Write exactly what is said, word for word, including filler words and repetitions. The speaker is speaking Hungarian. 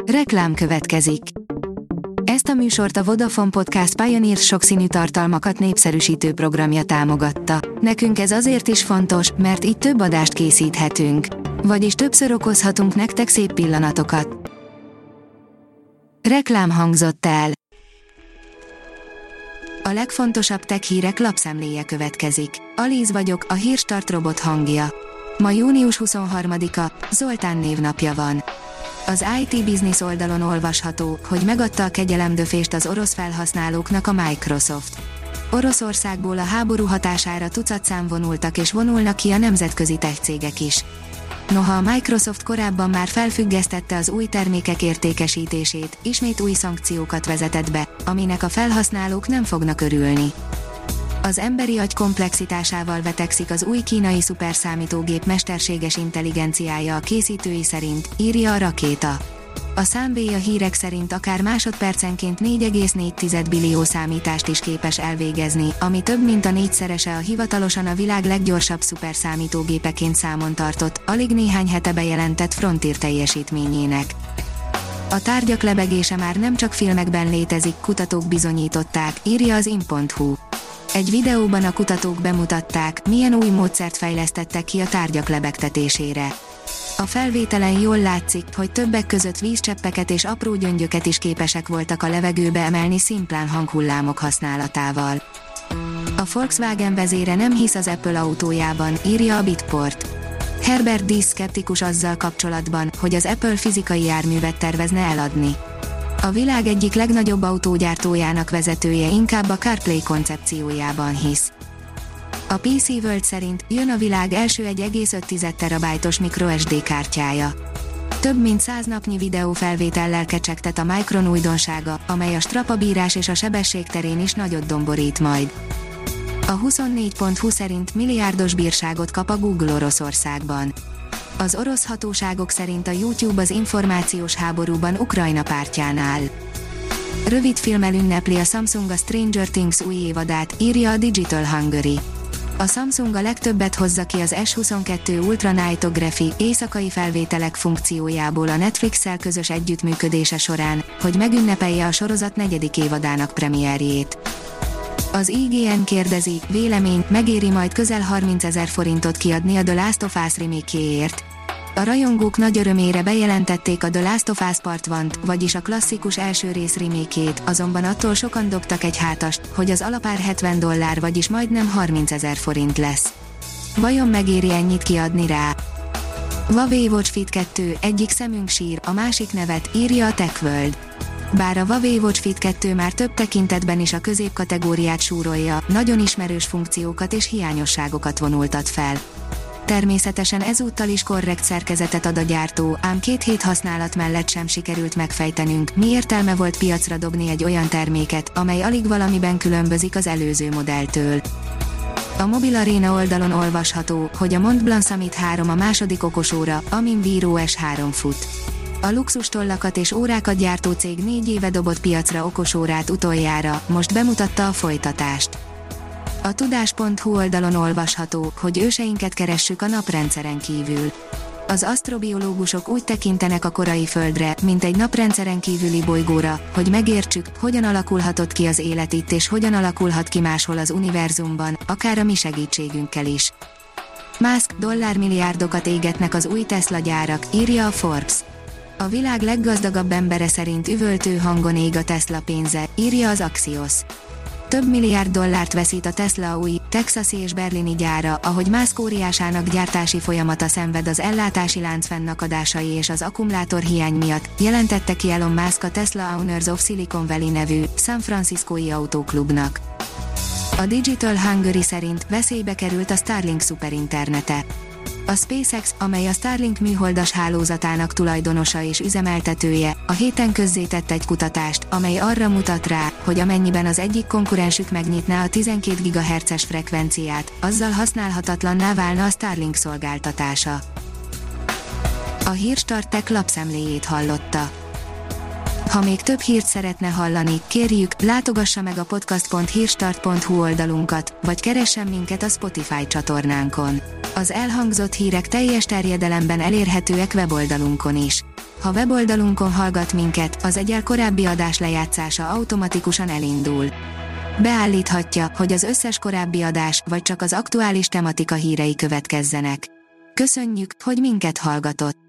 Reklám következik. Ezt a műsort a Vodafone Podcast Pioneer sokszínű tartalmakat népszerűsítő programja támogatta. Nekünk ez azért is fontos, mert így több adást készíthetünk. Vagyis többször okozhatunk nektek szép pillanatokat. Reklám hangzott el. A legfontosabb tech hírek lapszemléje következik. Alíz vagyok, a Hírstart robot hangja. Ma június huszonharmadika, Zoltán névnapja van. Az i té Business oldalon olvasható, hogy megadta a kegyelemdöfést az orosz felhasználóknak a Microsoft. Oroszországból a háború hatására tucatszám vonultak és vonulnak ki a nemzetközi tech cégek is. Noha a Microsoft korábban már felfüggesztette az új termékek értékesítését, ismét új szankciókat vezetett be, aminek a felhasználók nem fognak örülni. Az emberi agy komplexitásával vetekszik az új kínai szuperszámítógép mesterséges intelligenciája a készítői szerint, írja a Rakéta. A számbéja hírek szerint akár másodpercenként négy egész négy billió számítást is képes elvégezni, ami több mint a négyszerese a hivatalosan a világ leggyorsabb szuperszámítógépeként számon tartott, alig néhány hete bejelentett Frontier teljesítményének. A tárgyak lebegése már nem csak filmekben létezik, kutatók bizonyították, írja az in pont hu. Egy videóban a kutatók bemutatták, milyen új módszert fejlesztettek ki a tárgyak lebegtetésére. A felvételen jól látszik, hogy többek között vízcseppeket és apró gyöngyöket is képesek voltak a levegőbe emelni szimplán hanghullámok használatával. A Volkswagen vezére nem hisz az Apple autójában, írja a Bitport. Herbert Diess szkeptikus azzal kapcsolatban, hogy az Apple fizikai járművet tervezne eladni. A világ egyik legnagyobb autógyártójának vezetője inkább a CarPlay koncepciójában hisz. A pé cé World szerint jön a világ első egy egész öt terabájtos microSD kártyája. Több mint száz napnyi videófelvétellel kecsegtet a Micron újdonsága, amely a strapabírás és a sebesség terén is nagyot domborít majd. A huszonnégy pont hu szerint milliárdos bírságot kap a Google Oroszországban. Az orosz hatóságok szerint a YouTube az információs háborúban Ukrajna pártján áll. Rövidfilmmel ünnepli a Samsung a Stranger Things új évadát, írja a Digital Hungary. A Samsung a legtöbbet hozza ki az es huszonkettő Ultra Nightography éjszakai felvételek funkciójából a Netflix-szel közös együttműködése során, hogy megünnepelje a sorozat negyedik évadának premierjét. Az i gé en kérdezi, vélemény, megéri majd közel harmincezer forintot kiadni a The Last of Us remake-jéért. A rajongók nagy örömére bejelentették a The Last of Us Part One-t, vagyis a klasszikus első rész remake-ét, azonban attól sokan dobtak egy hátast, hogy az alapár hetven dollár, vagyis majdnem harmincezer forint lesz. Vajon megéri ennyit kiadni rá? Huawei Watch Fit kettő, egyik szemünk sír, a másik nevet, írja a TechWorld. Bár a Huawei Watch Fit kettő már több tekintetben is a középkategóriát súrolja, nagyon ismerős funkciókat és hiányosságokat vonultat fel. Természetesen ezúttal is korrekt szerkezetet ad a gyártó, ám két hét használat mellett sem sikerült megfejtenünk, mi értelme volt piacra dobni egy olyan terméket, amely alig valamiben különbözik az előző modelltől. A Mobil Arena oldalon olvasható, hogy a Montblanc Summit három a második okosóra, amin Wear o es három fut. A luxustollakat és órákat gyártó cég négy éve dobott piacra okosórát utoljára, most bemutatta a folytatást. A tudás pont hu oldalon olvasható, hogy őseinket keressük a naprendszeren kívül. Az asztrobiológusok úgy tekintenek a korai Földre, mint egy naprendszeren kívüli bolygóra, hogy megértsük, hogyan alakulhatott ki az élet itt és hogyan alakulhat ki máshol az univerzumban, akár a mi segítségünkkel is. Musk dollármilliárdokat égetnek az új Tesla gyárak, írja a Forbes. A világ leggazdagabb embere szerint üvöltő hangon ég a Tesla pénze, írja az Axios. Több milliárd dollárt veszít a Tesla új, texasi és berlini gyára, ahogy Musk óriásának gyártási folyamata szenved az ellátási lánc fennakadásai és az akkumulátor hiány miatt, jelentette ki Elon Musk a Tesla Owners of Silicon Valley nevű, San Franciscói autóklubnak. A Digital Hungary szerint veszélybe került a Starlink szuperinternete. A SpaceX, amely a Starlink műholdas hálózatának tulajdonosa és üzemeltetője, a héten közzétett egy kutatást, amely arra mutat rá, hogy amennyiben az egyik konkurensük megnyitná a tizenkét gigahertzes frekvenciát, azzal használhatatlanná válna a Starlink szolgáltatása. A Hírstart Tech lapszemléjét hallotta. Ha még több hírt szeretne hallani, kérjük, látogassa meg a podcast pont hírstart pont hu oldalunkat, vagy keressen minket a Spotify csatornánkon. Az elhangzott hírek teljes terjedelemben elérhetőek weboldalunkon is. Ha weboldalunkon hallgat minket, az egyel korábbi adás lejátszása automatikusan elindul. Beállíthatja, hogy az összes korábbi adás, vagy csak az aktuális tematika hírei következzenek. Köszönjük, hogy minket hallgatott!